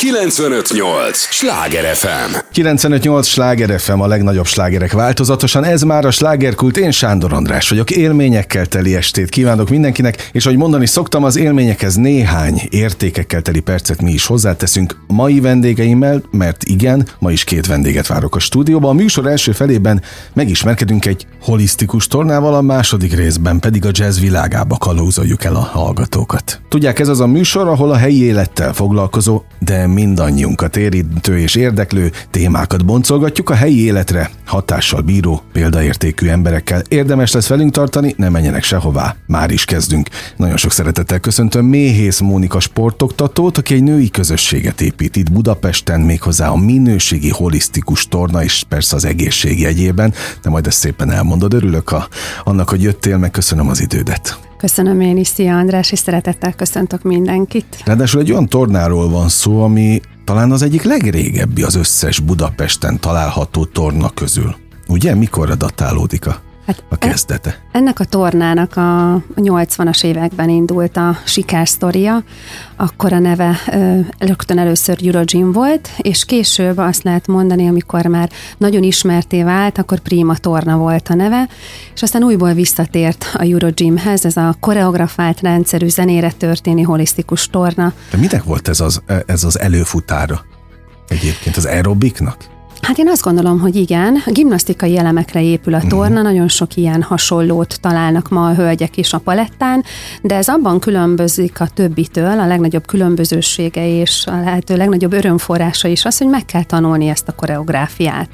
95.8 Sláger FM. 95.8 Sláger FM, a legnagyobb slágerek változatosan. Ez már a Slágerkult. Én Sándor András vagyok. Élményekkel teli estét kívánok mindenkinek, és ahogy mondani szoktam, az élményekhez néhány értékekkel teli percet mi is hozzáteszünk mai vendégeimmel, mert igen, ma is 2 vendéget várok a stúdióban. A műsor első felében megismerkedünk egy holisztikus tornával, a második részben pedig a jazz világába kalózoljuk el a hallgatókat. Tudják, ez az a műsor, ahol a helyi élettel foglalkozó, de mindannyiunkat érintő és érdeklő témákat boncolgatjuk, a helyi életre hatással bíró, példaértékű emberekkel. Érdemes lesz velünk tartani, ne menjenek sehová, már is kezdünk. Nagyon sok szeretettel köszöntöm Méhész Mónika sportoktatót, aki egy női közösséget épít itt Budapesten, méghozzá a minőségi holisztikus torna, és persze az egészség jegyében, de majd ezt szépen elmondod. Örülök annak, hogy jöttél, meg köszönöm az idődet. Köszönöm én is, szia András, és szeretettel köszöntök mindenkit. Ráadásul egy olyan tornáról van szó, ami talán az egyik legrégebbi az összes Budapesten található torna közül. Ugye? Mikorra datálódik a kezdete? Ennek a tornának a 80-as években indult a sikersztoria, akkor a neve rögtön először Eurogym volt, és később azt lehet mondani, amikor már nagyon ismerté vált, akkor Prima Torna volt a neve, és aztán újból visszatért a Eurogymhez, ez a koreografált rendszerű zenére történő holisztikus torna. De minek volt ez az előfutára egyébként, az aerobiknak? Hát én azt gondolom, hogy igen, a gimnasztikai elemekre épül a torna, nagyon sok ilyen hasonlót találnak ma a hölgyek is a palettán, de ez abban különbözik a többitől, a legnagyobb különbözősége és a lehető legnagyobb örömforrása is az, hogy meg kell tanulni ezt a koreográfiát.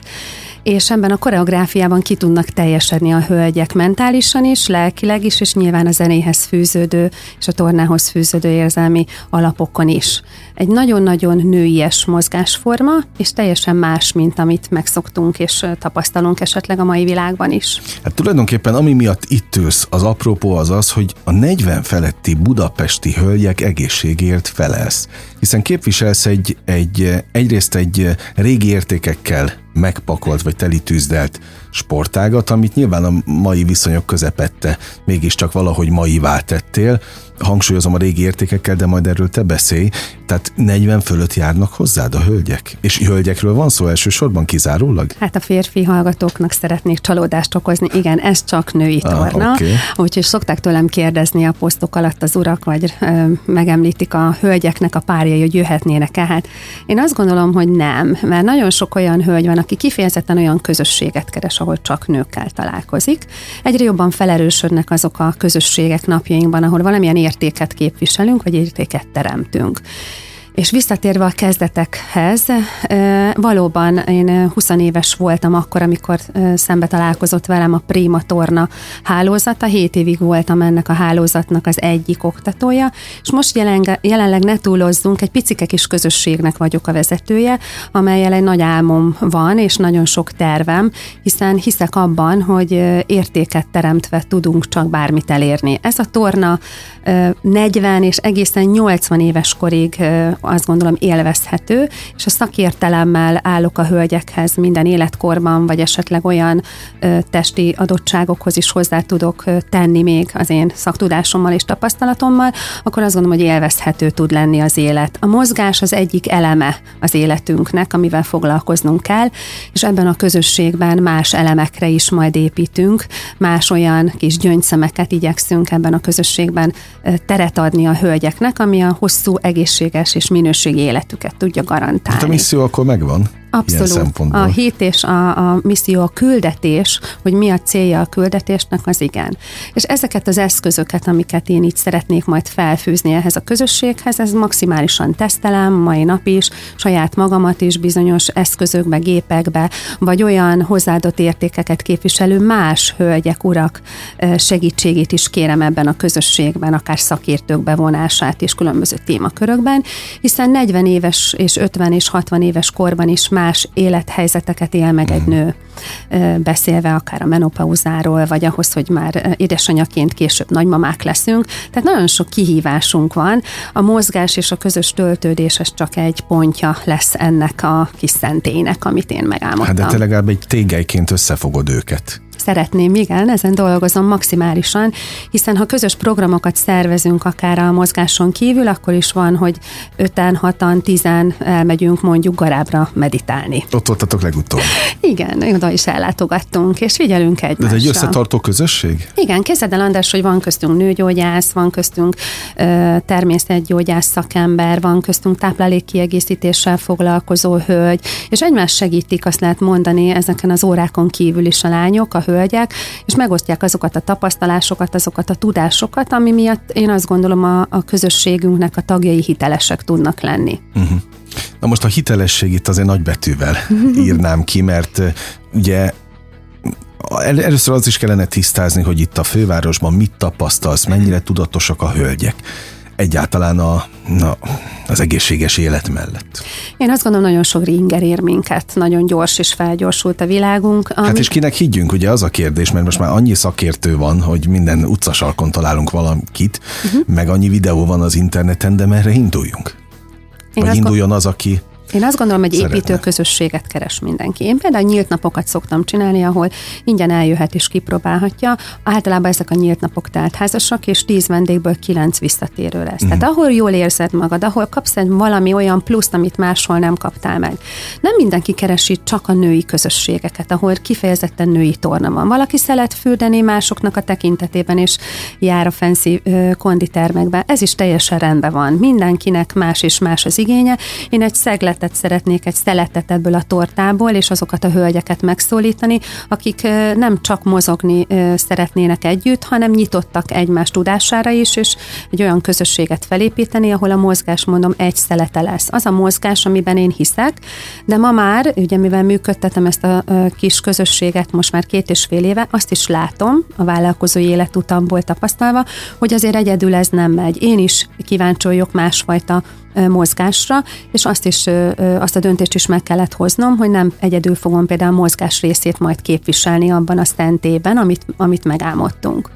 És ebben a koreográfiában ki tudnak teljesedni a hölgyek mentálisan is, lelkileg is, és nyilván a zenéhez fűződő és a tornához fűződő érzelmi alapokon is. Egy nagyon-nagyon nőies mozgásforma, és teljesen más, mint amit megszoktunk és tapasztalunk esetleg a mai világban is. Hát tulajdonképpen ami miatt itt ülsz, az apropó az, hogy a 40 feletti budapesti hölgyek egészségért felelsz. Hiszen képviselsz egyrészt egy régi értékekkel megpakolt vagy telitűzdelt sportágat, amit nyilván a mai viszonyok közepette mégiscsak valahogy maivá tettél. Hangsúlyozom a régi értékekkel, de majd erről te beszélj. Tehát 40 fölött járnak hozzád a hölgyek? És hölgyekről van szó elsősorban kizárólag? Hát a férfi hallgatóknak szeretnék csalódást okozni. Igen, ez csak női torna. Okay. Úgyhogy szokták tőlem kérdezni a posztok alatt az urak, vagy megemlítik a hölgyeknek a párjai, hogy jöhetnének-e. Hát én azt gondolom, hogy nem, mert nagyon sok olyan hölgy van, aki kifejezetten olyan közösséget keres, ahol csak nőkkel találkozik. Egyre jobban felerősödnek azok a közösségek napjainkban, ahol valamilyen értéket képviselünk, vagy értéket teremtünk. És visszatérve a kezdetekhez, valóban én 20 éves voltam akkor, amikor szembe találkozott velem a Prima Torna hálózata. 7 évig voltam ennek a hálózatnak az egyik oktatója, és most jelenleg ne túlozzunk, egy picike kis közösségnek vagyok a vezetője, amellyel egy nagy álmom van, és nagyon sok tervem, hiszen hiszek abban, hogy értéket teremtve tudunk csak bármit elérni. Ez a torna 40 és egészen 80 éves korig azt gondolom élvezhető, és a szakértelemmel állok a hölgyekhez minden életkorban, vagy esetleg olyan testi adottságokhoz is hozzá tudok tenni még az én szaktudásommal és tapasztalatommal, akkor azt gondolom, hogy élvezhető tud lenni az élet. A mozgás az egyik eleme az életünknek, amivel foglalkoznunk kell, és ebben a közösségben más elemekre is majd építünk, más olyan kis gyöngyszemeket igyekszünk ebben a közösségben teret adni a hölgyeknek, ami a hosszú, egészséges és minőségi életüket tudja garantálni. Hát a misszió akkor megvan. Abszolút. A hit és a misszió, a küldetés, hogy mi a célja a küldetésnek, az igen. És ezeket az eszközöket, amiket én itt szeretnék majd felfűzni ehhez a közösséghez, ez maximálisan tesztelem, mai nap is, saját magamat is bizonyos eszközökbe, gépekbe, vagy olyan hozzáadott értékeket képviselő más hölgyek, urak segítségét is kérem ebben a közösségben, akár szakértők bevonását is különböző témakörökben, hiszen 40 éves és 50 és 60 éves korban is más élethelyzeteket él meg egy nő, beszélve akár a menopauzáról, vagy ahhoz, hogy már édesanyaként később nagymamák leszünk. Tehát nagyon sok kihívásunk van. A mozgás és a közös töltődés, ez csak egy pontja lesz ennek a kis szentélynek, amit én megálmodtam. Hát de te legalább egy tégelyként összefogod őket. Szeretném, igen, ezen dolgozom maximálisan, hiszen ha közös programokat szervezünk akár a mozgáson kívül, akkor is van, hogy 5-en, 6-an, 10-en elmegyünk mondjuk Garábra meditálni. Ott voltatok legutóbb. Igen, oda is ellátogattunk, és figyelünk egymásra. De ez egy összetartó közösség? Igen, képzeld el, András, hogy van köztünk nőgyógyász, van köztünk természetgyógyász szakember, van köztünk táplálékkiegészítéssel foglalkozó hölgy, és egymást segítik, azt lehet mondani, ezeken az órákon kívül is a lányok, a hölgyek, és megosztják azokat a tapasztalásokat, azokat a tudásokat, ami miatt én azt gondolom a közösségünknek a tagjai hitelesek tudnak lenni. Uh-huh. Na most a hitelesség itt azért nagybetűvel írnám ki, mert ugye először az is kellene tisztázni, hogy itt a fővárosban mit tapasztalsz, mennyire tudatosak a hölgyek egyáltalán az egészséges élet mellett. Én azt gondolom, nagyon sok ringer ér minket, nagyon gyors és felgyorsult a világunk. Hát és kinek higgyünk, ugye az a kérdés, mert most már annyi szakértő van, hogy minden utcasarkon találunk valakit, meg annyi videó van az interneten, de merre induljunk? Vagy induljon az, aki Én azt gondolom, hogy építőközösséget keres mindenki. Én például nyílt napokat szoktam csinálni, ahol ingyen eljöhet és kipróbálhatja. Általában ezek a nyílt napok teltházasak, és 10 vendégből 9 visszatérő lesz. Tehát ahol jól érzed magad, ahol kapsz egy valami olyan pluszt, amit máshol nem kaptál meg. Nem mindenki keresi csak a női közösségeket, ahol kifejezetten női torna van. Valaki szeret fürdeni másoknak a tekintetében, és jár a fancy konditermekbe. Ez is teljesen rendben van. Mindenkinek más és más az igénye. Én egy szegletet szeretnék, egy szeletet ebből a tortából, és azokat a hölgyeket megszólítani, akik nem csak mozogni szeretnének együtt, hanem nyitottak egymás tudására is, és egy olyan közösséget felépíteni, ahol a mozgás, mondom, egy szelete lesz. Az a mozgás, amiben én hiszek, de ma már, ugye mivel működtetem ezt a kis közösséget most már 2,5 éve, azt is látom, a vállalkozói életutamból tapasztalva, hogy azért egyedül ez nem megy. Én is kíváncsi vagyok másfajta mozgásra, és azt a döntést is meg kellett hoznom, hogy nem egyedül fogom például a mozgás részét majd képviselni abban a szentében, amit megálmodtunk.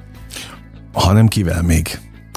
Hanem kivel még?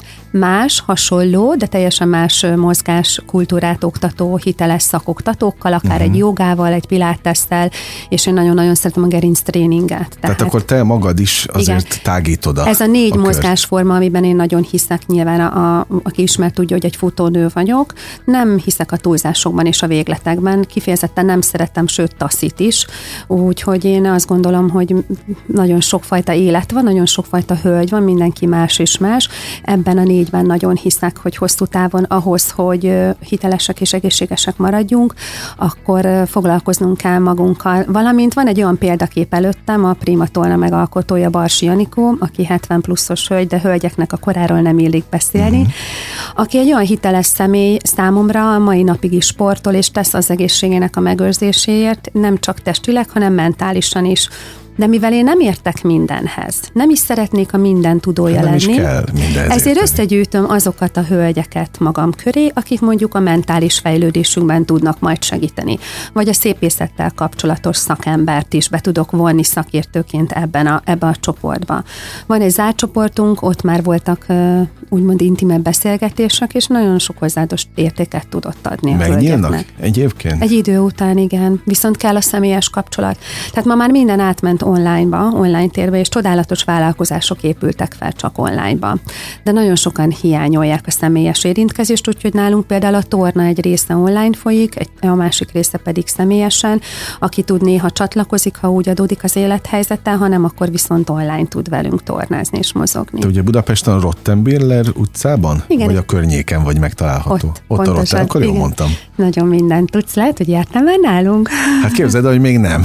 Más, hasonló, de teljesen más mozgás kultúrát oktató, hiteles szakoktatókkal, akár egy jogával, egy pilátesszel, és én nagyon-nagyon szeretem a gerinc tréninget. Tehát akkor te magad is azért tágítod Ez a 4 mozgásforma, amiben én nagyon hiszek, nyilván aki ismer tudja, hogy egy futónő vagyok, nem hiszek a túlzásokban és a végletekben, kifejezetten nem szeretem, sőt taszít is, úgyhogy én azt gondolom, hogy nagyon sokfajta élet van, nagyon sokfajta hölgy van, mindenki más és más, ebben a 4-ben nagyon hiszek, hogy hosszú távon ahhoz, hogy hitelesek és egészségesek maradjunk, akkor foglalkoznunk kell magunkkal. Valamint van egy olyan példakép előttem, a Prima Torna megalkotója, Barsi Anikó, aki 70 pluszos hölgy, de hölgyeknek a koráról nem illik beszélni, aki egy olyan hiteles személy számomra, a mai napig is sportol, és tesz az egészségének a megőrzéséért, nem csak testileg, hanem mentálisan is. De mivel én nem értek mindenhez, nem is szeretnék a minden tudója lenni, ezért összegyűjtöm azokat a hölgyeket magam köré, akik mondjuk a mentális fejlődésünkben tudnak majd segíteni. Vagy a szépészettel kapcsolatos szakembert is be tudok vonni szakértőként ebbe a csoportba. Van egy zárt csoportunk, ott már voltak úgymond intimebb beszélgetések, és nagyon sok hozzáadott értéket tudott adni a hölgyeknek. Egyébként? Egy idő után, igen. Viszont kell a személyes kapcsolat. Tehát ma már minden átment online térbe, és csodálatos vállalkozások épültek fel csak onlineba. De nagyon sokan hiányolják a személyes érintkezést, úgyhogy nálunk például a torna egy része online folyik, a másik része pedig személyesen. Aki tud, néha csatlakozik, ha úgy adódik az élethelyzete, hanem akkor viszont online tud velünk tornázni és mozogni. Te ugye Budapesten a Rottenbiller utcában? Igen. Vagy a környéken vagy megtalálható? Ott a Rotten, akkor jól mondtam. Nagyon mindent tudsz, lehet, hogy jártál már nálunk? Hát képzeld, hogy még nem.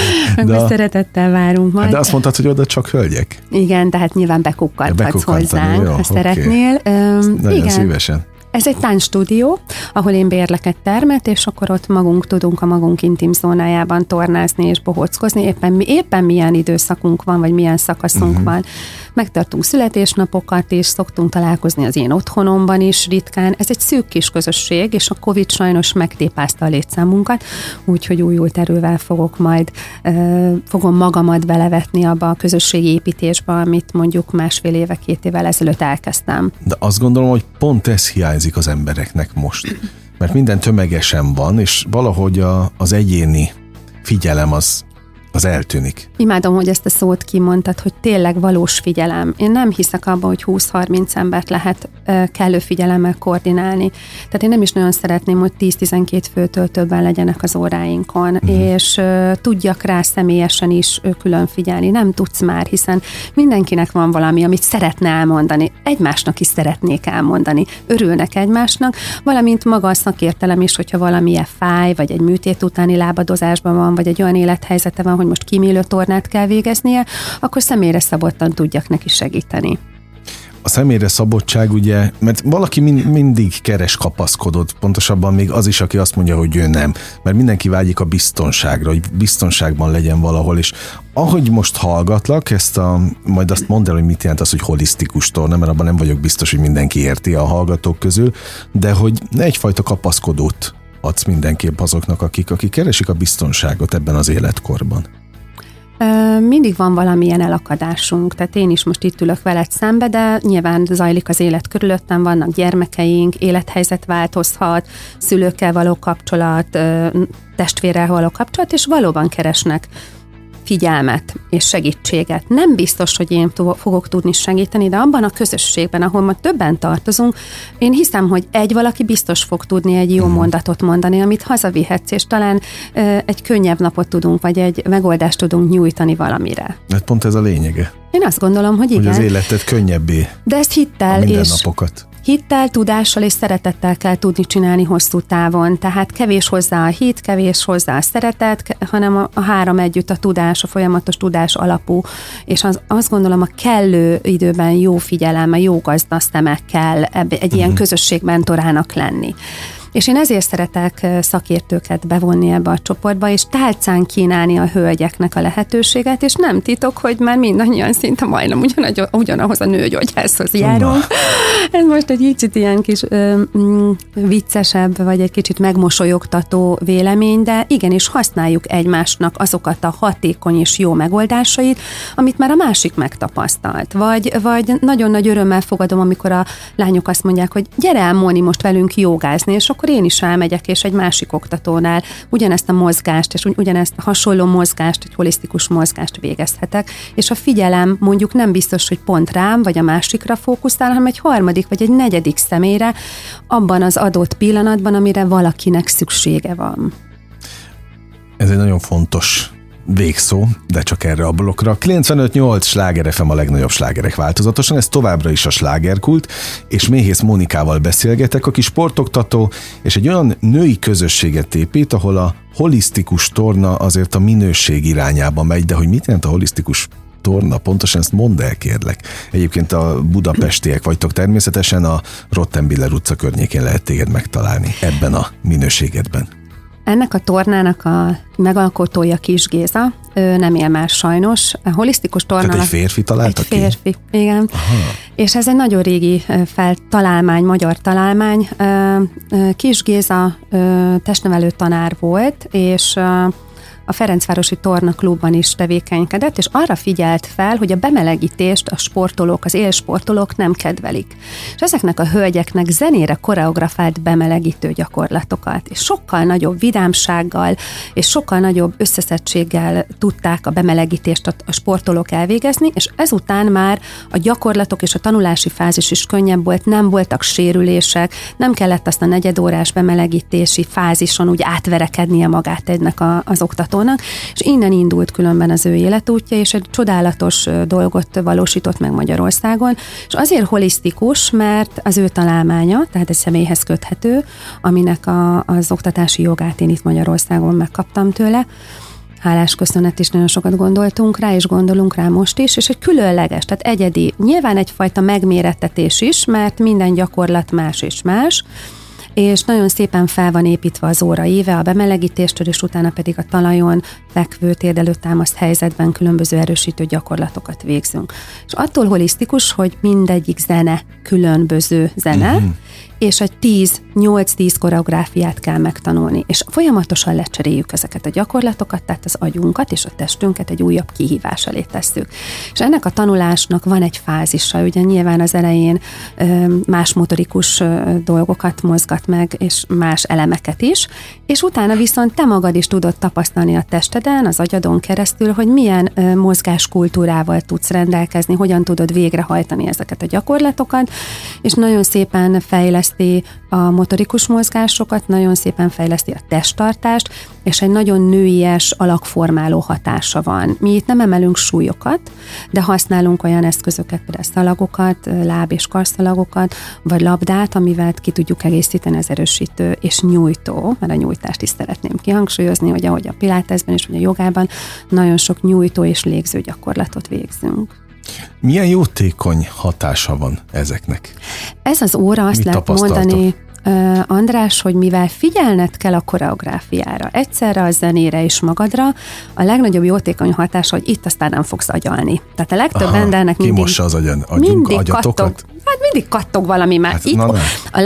De szeretettel várunk majd. De azt mondtad, hogy oda csak hölgyek? Igen, tehát nyilván bekukkanthatsz hozzánk, jó, ha szeretnél. Nagyon igen. szívesen. Ez egy táncstúdió, ahol én bérlek egy termet, és akkor ott tudunk a magunk intim zónájában tornázni és bohóckozni, éppen milyen időszakunk van, vagy milyen szakaszunk van. Megtartunk születésnapokat, és szoktunk találkozni az én otthonomban is ritkán. Ez egy szűk kis közösség, és a Covid sajnos megtépázta a létszámunkat, úgyhogy újult erővel fogom magamat belevetni abba a közösségi építésbe, amit mondjuk 1,5 éve, 2 évvel ezelőtt elkezdtem. De azt gondolom, hogy pont ez hiányzik az embereknek most. Mert minden tömegesen van, és valahogy az egyéni figyelem az az eltűnik. Imádom, hogy ezt a szót kimondtad, hogy tényleg valós figyelem. Én nem hiszek abban, hogy 20-30 embert lehet kellő figyelemmel koordinálni. Tehát én nem is nagyon szeretném, hogy 10-12 főtől többen legyenek az óráinkon, és tudjak rá személyesen is külön figyelni. Nem tudsz már, hiszen mindenkinek van valami, amit szeretne elmondani. Egymásnak is szeretnék elmondani. Örülnek egymásnak, valamint maga a szakértelem is, hogyha valamilyen fáj, vagy egy műtét utáni lábadozásban van, vagy egy olyan élethelyzete van, hogy most kímélő tornát kell végeznie, akkor személyre szabottan tudjak neki segíteni. A személyre szabottság ugye, mert valaki mindig keres kapaszkodót, pontosabban még az is, aki azt mondja, hogy ő nem, mert mindenki vágyik a biztonságra, hogy biztonságban legyen valahol, és ahogy most hallgatlak, majd azt mondd el, hogy mit jelent az, hogy holisztikus torna, mert abban nem vagyok biztos, hogy mindenki érti a hallgatók közül, de hogy egyfajta kapaszkodót adsz mindenképp azoknak, akik keresik a biztonságot ebben az életkorban. Mindig van valamilyen elakadásunk, tehát én is most itt ülök veled szembe, de nyilván zajlik az élet körülöttem, vannak gyermekeink, élethelyzet változhat, szülőkkel való kapcsolat, testvérrel való kapcsolat, és valóban keresnek figyelmet és segítséget. Nem biztos, hogy én fogok tudni segíteni, de abban a közösségben, ahol ma többen tartozunk, én hiszem, hogy valaki biztos fog tudni egy jó mondatot mondani, amit hazavihetsz, és talán egy könnyebb napot tudunk, vagy egy megoldást tudunk nyújtani valamire. Hát pont ez a lényege. Én azt gondolom, hogy igen. Hogy az életet könnyebbé. De ezt hittel hittel, tudással és szeretettel kell tudni csinálni hosszú távon. Tehát kevés hozzá a hit, kevés hozzá a szeretet, hanem a három együtt, a tudás, a folyamatos tudás alapú. És azt gondolom, a kellő időben jó figyelemmel, jó gazda szemekkel egy ilyen közösség mentorának lenni. És én ezért szeretek szakértőket bevonni ebbe a csoportba, és tálcán kínálni a hölgyeknek a lehetőséget, és nem titok, hogy már mindannyian szinte majdnem ugyanahoz a nőgyógyászhoz járunk. Ez most egy kicsit ilyen kis viccesebb, vagy egy kicsit megmosolyogtató vélemény, de igenis használjuk egymásnak azokat a hatékony és jó megoldásait, amit már a másik megtapasztalt. Vagy nagyon nagy örömmel fogadom, amikor a lányok azt mondják, hogy gyere el, Móni, most velünk jogázni, és akkor én is elmegyek, és egy másik oktatónál ugyanezt a mozgást, és ugyanezt a hasonló mozgást, egy holisztikus mozgást végezhetek, és a figyelem mondjuk nem biztos, hogy pont rám, vagy a másikra fókuszál, hanem egy harmadik, vagy egy negyedik személyre, abban az adott pillanatban, amire valakinek szüksége van. Ez egy nagyon fontos végszó, de csak erre a blokkra. 95.8 Sláger FM a legnagyobb slágerek változatosan, ez továbbra is a slágerkult, és Méhész Mónikával beszélgetek, aki sportoktató, és egy olyan női közösséget épít, ahol a holisztikus torna azért a minőség irányába megy, de hogy mit jelent a holisztikus torna? Pontosan ezt mondd el, kérlek. Egyébként a budapestiek vagytok, természetesen a Rottenbiller utca környékén lehet téged megtalálni ebben a minőségedben. Ennek a tornának a megalkotója Kis Géza, ő nem él már sajnos. A holisztikus torna... Tehát egy férfi találta ki? Egy férfi, igen. Aha. És ez egy nagyon régi találmány, magyar találmány. Kis Géza testnevelő tanár volt, és a Ferencvárosi Torna Klubban is tevékenykedett, és arra figyelt fel, hogy a bemelegítést a sportolók, az élsportolók nem kedvelik. És ezeknek a hölgyeknek zenére koreografált bemelegítő gyakorlatokat, és sokkal nagyobb vidámsággal, és sokkal nagyobb összeszettséggel tudták a bemelegítést a sportolók elvégezni, és ezután már a gyakorlatok és a tanulási fázis is könnyebb volt, nem voltak sérülések, nem kellett azt a negyedórás bemelegítési fázison úgy átverekednie magát egynek az oktató. És innen indult különben az ő életútja, és egy csodálatos dolgot valósított meg Magyarországon, és azért holisztikus, mert az ő találmánya, tehát egy személyhez köthető, aminek az oktatási jogát én itt Magyarországon megkaptam tőle. Hálás köszönet is, nagyon sokat gondoltunk rá, és gondolunk rá most is, és egy különleges, tehát egyedi, nyilván egyfajta megmérettetés is, mert minden gyakorlat más és más, és nagyon szépen fel van építve az óra éve a bemelegítéstől, és utána pedig a talajon fekvő térdelőtámaszt helyzetben különböző erősítő gyakorlatokat végzünk. És attól holisztikus, hogy mindegyik zene különböző zene, és egy 8-10 koreográfiát kell megtanulni, és folyamatosan lecseréljük ezeket a gyakorlatokat, tehát az agyunkat és a testünket egy újabb kihívás elé tesszük. És ennek a tanulásnak van egy fázisa, ugye nyilván az elején más motorikus dolgokat mozgat meg, és más elemeket is, és utána viszont te magad is tudod tapasztalni a testedet, testeden, az agyadon keresztül, hogy milyen mozgáskultúrával tudsz rendelkezni, hogyan tudod végrehajtani ezeket a gyakorlatokat, és nagyon szépen fejleszti a motorikus mozgásokat, nagyon szépen fejleszti a testtartást, és egy nagyon nőies, alakformáló hatása van. Mi itt nem emelünk súlyokat, de használunk olyan eszközöket, például szalagokat, láb- és karszalagokat, vagy labdát, amivel ki tudjuk egészíteni az erősítő és nyújtó, mert a nyújtást is szeretném kihangsúlyozni, hogy ahogy a pilátesben és vagy a jogában nagyon sok nyújtó és légző gyakorlatot végzünk. Milyen jótékony hatása van ezeknek? Ez az óra, azt lehet mondani, András, hogy mivel figyelned kell a koreográfiára, egyszerre a zenére és magadra, a legnagyobb jótékony hatása, hogy itt aztán nem fogsz agyalni. Tehát a legtöbb embernek kimossa az agyatokat? Hát mindig kattog valami már. Hát, itt a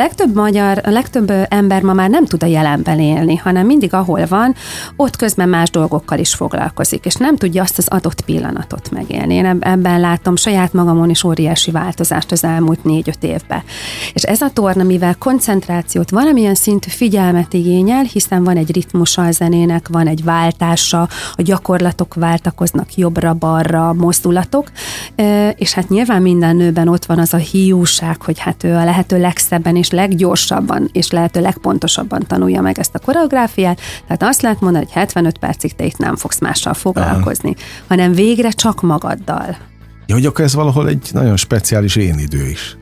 legtöbb ember ma már nem tud a jelenben élni, hanem mindig ahol van, ott közben más dolgokkal is foglalkozik, és nem tudja azt az adott pillanatot megélni. Én ebben látom saját magamon is óriási változást az elmúlt 4-5 évben. És ez a torna, mivel koncentrációt, valamilyen szintű figyelmet igényel, hiszen van egy ritmusa a zenének, van egy váltása, a gyakorlatok váltakoznak jobbra-balra, mozdulatok, és hát nyilván minden nőben ott van az a hiúság, hogy hát ő a lehető legszebben és leggyorsabban és lehető legpontosabban tanulja meg ezt a koreográfiát, tehát azt lehet mondani, hogy 75 percig te itt nem fogsz mással foglalkozni, hanem végre csak magaddal. Ja, hogy akkor ez valahol egy nagyon speciális én idő is.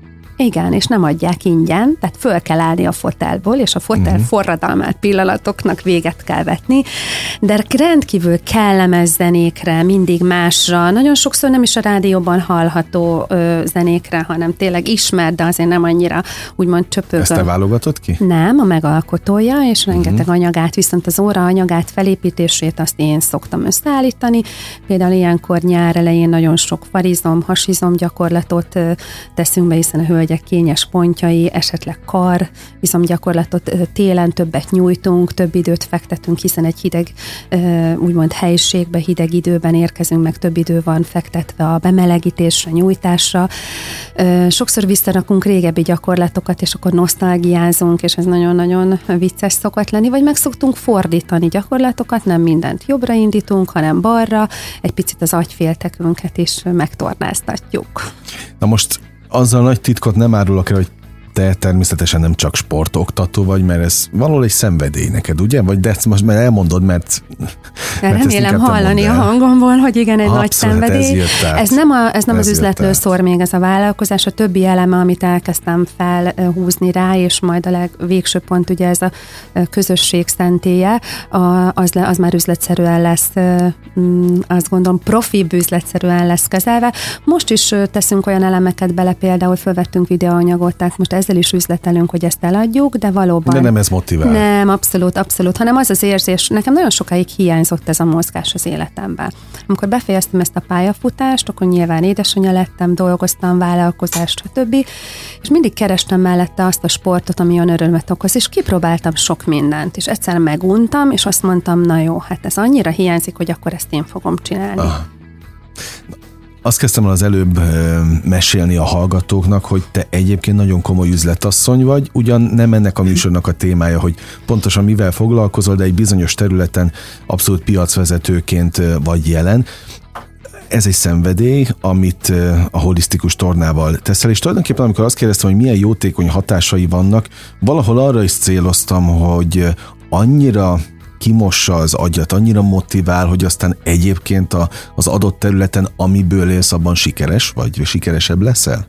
Igen, és nem adják ingyen, tehát föl kell állni a fotelból, és a fotel forradalmát pillanatoknak véget kell vetni, de rendkívül kellemes zenékre, mindig másra, nagyon sokszor nem is a rádióban hallható zenékre, hanem tényleg ismert, de azért nem annyira úgymond csöpög. Ezt te válogatod ki? Nem, a megalkotója, és rengeteg anyagát, viszont az óra anyagát, felépítését azt én szoktam összeállítani. Például ilyenkor nyár elején nagyon sok farizom, hasizom gyakorlatot teszünk be, hiszen a hölgyek kényes pontjai, esetleg kar, izomgyakorlatot télen többet nyújtunk, több időt fektetünk, hiszen egy hideg, úgymond helyiségbe, hideg időben érkezünk, meg több idő van fektetve a bemelegítésre, nyújtásra. Sokszor visszarakunk régebbi gyakorlatokat, és akkor nosztalgiázunk, és ez nagyon-nagyon vicces szokott lenni, vagy meg szoktunk fordítani gyakorlatokat, nem mindent jobbra indítunk, hanem balra, egy picit az agyféltekünket is megtornáztatjuk. Na most azzal nagy titkot nem árulok el, hogy te természetesen nem csak sportoktató vagy, mert ez valahol egy szenvedély neked, ugye? Vagy de ezt most már elmondod, mert remélem hallani a hangomból, hogy igen, egy nagy szenvedély. Ez nem az üzletről szól még ez a vállalkozás, a többi eleme, amit elkezdtem felhúzni rá, és majd a legvégső pont ugye ez a közösség szentélye, az már üzletszerűen lesz, azt gondolom, profibb üzletszerűen lesz kezelve. Most is teszünk olyan elemeket bele, például fölvettünk videóanyagot, tehát most ezzel is üzletelünk, hogy ezt eladjuk, de valóban... De nem ez motivál. Nem, abszolút, hanem az az érzés, nekem nagyon sokáig hiányzott ez a mozgás az életemben. Amikor befejeztem ezt a pályafutást, akkor nyilván édesanyja lettem, dolgoztam, vállalkozást, stb. És mindig kerestem mellette azt a sportot, ami olyan örömet okoz, és kipróbáltam sok mindent, és egyszerűen meguntam, és azt mondtam, na jó, hát ez annyira hiányzik, hogy akkor ezt én fogom csinálni. Azt kezdtem el az előbb mesélni a hallgatóknak, hogy te egyébként nagyon komoly üzletasszony vagy, ugyan nem ennek a műsornak a témája, hogy pontosan mivel foglalkozol, de egy bizonyos területen abszolút piacvezetőként vagy jelen. Ez egy szenvedély, amit a holisztikus tornával teszel, és tulajdonképpen amikor azt kérdeztem, hogy milyen jótékony hatásai vannak, valahol arra is céloztam, hogy annyira kimossa az agyat, annyira motivál, hogy aztán egyébként az adott területen, amiből élsz, abban sikeres vagy sikeresebb leszel?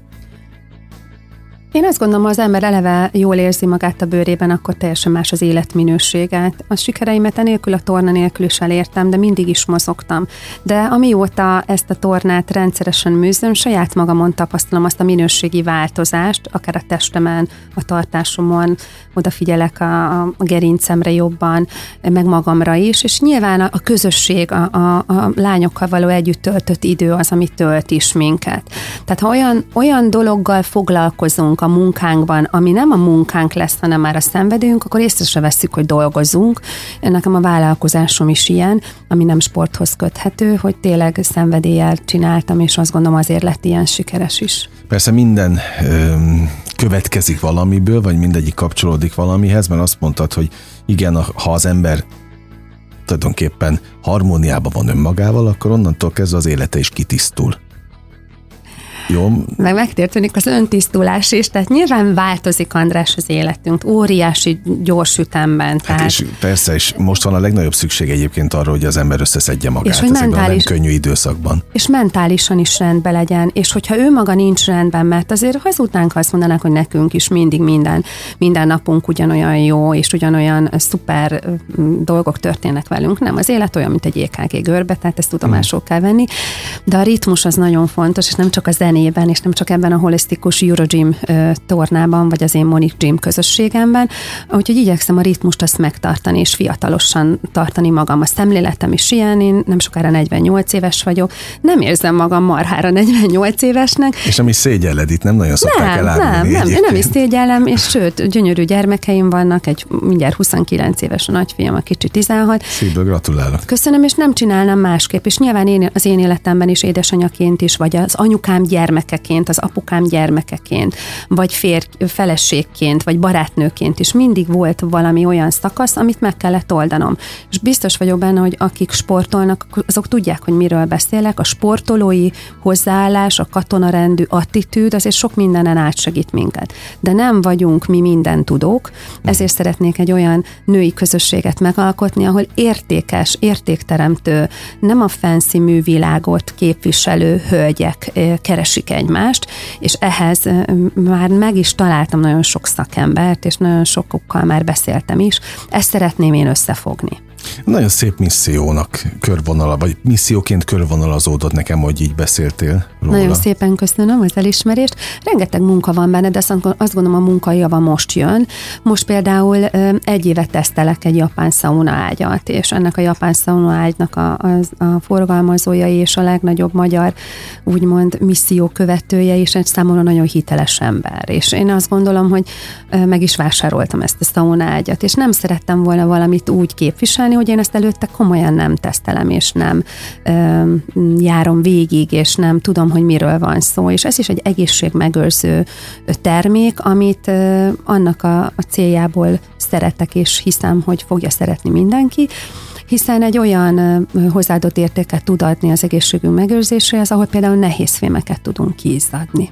Én azt gondolom, ha az ember eleve jól érzi magát a bőrében, akkor teljesen más az életminőséget. A sikereimet enélkül, a torna nélkül is elértem, de mindig is mozogtam. De amióta ezt a tornát rendszeresen műzöm, saját magamon tapasztalom azt a minőségi változást, akár a testemen, a tartásomon, odafigyelek a gerincemre jobban, meg magamra is, és nyilván a közösség, a lányokkal való együtt töltött idő az, ami tölt is minket. Tehát ha olyan dologgal foglalkozunk a munkánkban, ami nem a munkánk lesz, hanem már a szenvedélyünk, akkor észre se vesszük, hogy dolgozunk. Nekem a vállalkozásom is ilyen, ami nem sporthoz köthető, hogy tényleg szenvedéllyel csináltam, és azt gondolom azért lett ilyen sikeres is. Persze minden következik valamiből, vagy mindegyik kapcsolódik valamihez, mert azt mondtad, hogy igen, ha az ember tulajdonképpen harmóniában van önmagával, akkor onnantól kezdve az élete is kitisztul. Jó. Meg megtörténik az öntisztulás is, tehát nyilván változik, András, az életünk, óriási gyors ütemben. Hát és persze, és most van a legnagyobb szükség egyébként arra, hogy az ember összeszedje magát ezekben a nem könnyű időszakban. És mentálisan is rendben legyen, és hogyha ő maga nincs rendben, mert azért hazudnánk, ha azt mondanánk, hogy nekünk is mindig minden napunk ugyanolyan jó, és ugyanolyan szuper dolgok történnek velünk. Nem, az élet olyan, mint egy EKG görbe, tehát ezt tudomásul kell venni, de a ritmus az nagyon fontos, és nem csak a zenében, és nem csak ebben a holisztikus Eurogym tornában, vagy az én Monic Gym közösségemben, úgyhogy igyekszem a ritmust azt megtartani, és fiatalosan tartani magam. A szemléletem is ilyen, én nem sokára 48 éves vagyok, nem érzem magam marhára 48 évesnek. És nem is szégyelled, itt nem nagyon szokták elárulni. Nem is szégyellem, és sőt, gyönyörű gyermekeim vannak, egy mindjárt 29 éves a nagyfiam, a kicsi 16. Szívből gratulálok. Köszönöm, és nem csinálnám másképp, és nyilván az én életemben is édesanyjaként is, vagy az anyukám gyermekeként, az apukám gyermekeként, vagy feleségként, vagy barátnőként is mindig volt valami olyan szakasz, amit meg kellett oldanom. És biztos vagyok benne, hogy akik sportolnak, azok tudják, hogy miről beszélek. A sportolói hozzáállás, a katonarendű attitűd azért sok mindenen átsegít minket. De nem vagyunk mi minden tudók, ezért szeretnék egy olyan női közösséget megalkotni, ahol értékes, értékteremtő, nem a fancy művilágot képviselő hölgyek keresik egymást, és ehhez már meg is találtam nagyon sok szakembert, és nagyon sokukkal már beszéltem is. Ezt szeretném én összefogni. Nagyon szép missziónak körvonala, vagy misszióként körvonalazódott nekem, hogy így beszéltél róla. Nagyon szépen köszönöm az elismerést. Rengeteg munka van benne, de azt gondolom, a munkajava most jön. Most például egy éve tesztelek egy japán szauna ágyat, és ennek a japán szauna ágynak a forgalmazója és a legnagyobb magyar, úgymond misszió követője, és egy számomra nagyon hiteles ember. És én azt gondolom, hogy meg is vásároltam ezt a szauna ágyat, és nem szerettem volna valamit úgy képviselni, hogy én ezt előtte komolyan nem tesztelem, és nem járom végig, és nem tudom, hogy miről van szó. És ez is egy egészségmegőrző termék, amit annak a céljából szeretek, és hiszem, hogy fogja szeretni mindenki, hiszen egy olyan hozzáadott értéket tud adni az egészségünk megőrzéséhez, ahol például nehézfémeket tudunk kiizzadni.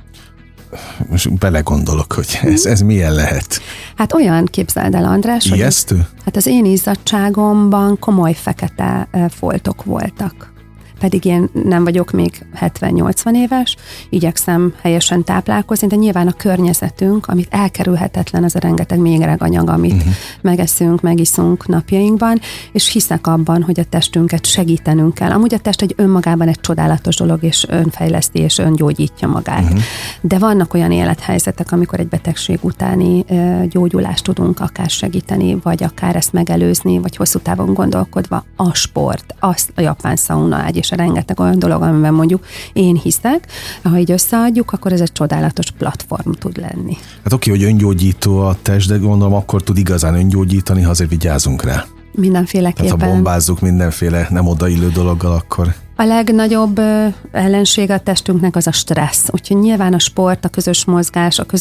Most belegondolok, hogy ez milyen lehet. Hát olyan, képzeld el, András, ijesztő? Hogy hát az én izzadságomban komoly fekete foltok voltak. Pedig én nem vagyok még 70-80 éves, igyekszem helyesen táplálkozni, de nyilván a környezetünk, amit elkerülhetetlen, az a rengeteg mérganyag, amit megeszünk, megiszunk napjainkban, és hiszek abban, hogy a testünket segítenünk kell. Amúgy a test egy önmagában egy csodálatos dolog, és önfejleszti, és öngyógyítja magát. De vannak olyan élethelyzetek, amikor egy betegség utáni gyógyulást tudunk akár segíteni, vagy akár ezt megelőzni, vagy hosszú távon gondolkodva a sport, a japán szauna ágy, és rengeteg olyan dolog, amiben mondjuk én hiszek, ha így összeadjuk, akkor ez egy csodálatos platform tud lenni. Hát oké, hogy öngyógyító a test, de gondolom akkor tud igazán öngyógyítani, ha azért vigyázunk rá. Mindenféleképpen. Tehát ha bombázzuk mindenféle nem odaillő dologgal, akkor... A legnagyobb ellenség a testünknek az a stressz. Úgyhogy nyilván a sport, a közös mozgás, a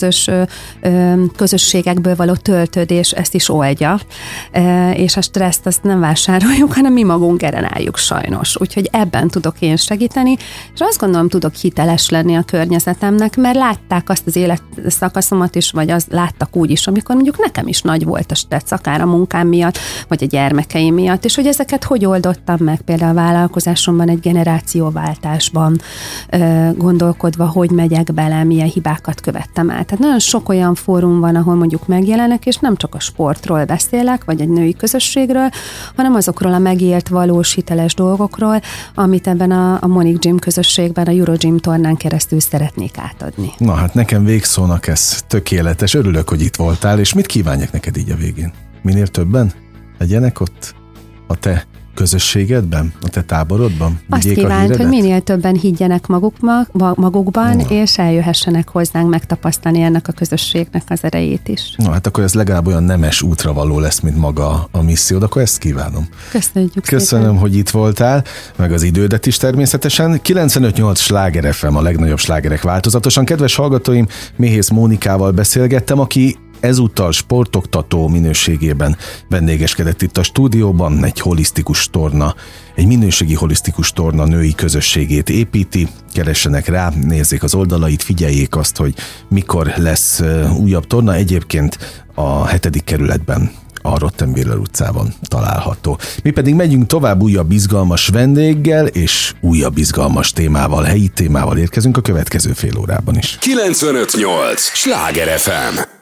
közösségekből való töltődés ezt is oldja, és a stresszt azt nem vásároljuk, hanem mi magunk generáljuk sajnos. Úgyhogy ebben tudok én segíteni, és azt gondolom, tudok hiteles lenni a környezetemnek, mert látták azt az életszakaszomat is, vagy láttak úgy is, amikor mondjuk nekem is nagy volt a stressz, akár a munkám miatt, vagy a gyermekeim miatt, és hogy ezeket hogy oldottam meg, például a vállalkozásomban egy generációváltásban gondolkodva, hogy megyek bele, milyen hibákat követtem el. Tehát nagyon sok olyan fórum van, ahol mondjuk megjelenek, és nem csak a sportról beszélek, vagy egy női közösségről, hanem azokról a megélt, valós, hiteles dolgokról, amit ebben a Monic Gym közösségben, a Eurogym tornán keresztül szeretnék átadni. Na hát nekem végszónak ez tökéletes. Örülök, hogy itt voltál, és mit kívánjak neked így a végén? Minél többen legyenek ott a te közösségedben, a te táborodban? Azt kívánt, hogy minél többen higgyenek magukban, és eljöhessenek hozzánk megtapasztalni ennek a közösségnek az erejét is. Na hát akkor ez legalább olyan nemes útra való lesz, mint maga a missziód, akkor ezt kívánom. Köszönöm, szépen, hogy itt voltál, meg az idődet is természetesen. 95.8 Sláger FM, a legnagyobb slágerek változatosan. Kedves hallgatóim, Méhész Mónikával beszélgettem, aki ezúttal sportoktató minőségében vendégeskedett itt a stúdióban. Egy minőségi holisztikus torna női közösségét építi. Keressenek rá, nézzék az oldalait, figyeljék azt, hogy mikor lesz újabb torna. Egyébként a 7. kerületben, a Rottenbiller utcában található. Mi pedig megyünk tovább újabb izgalmas vendéggel, és újabb izgalmas témával, helyi témával érkezünk a következő fél órában is. 95.8 Sláger FM.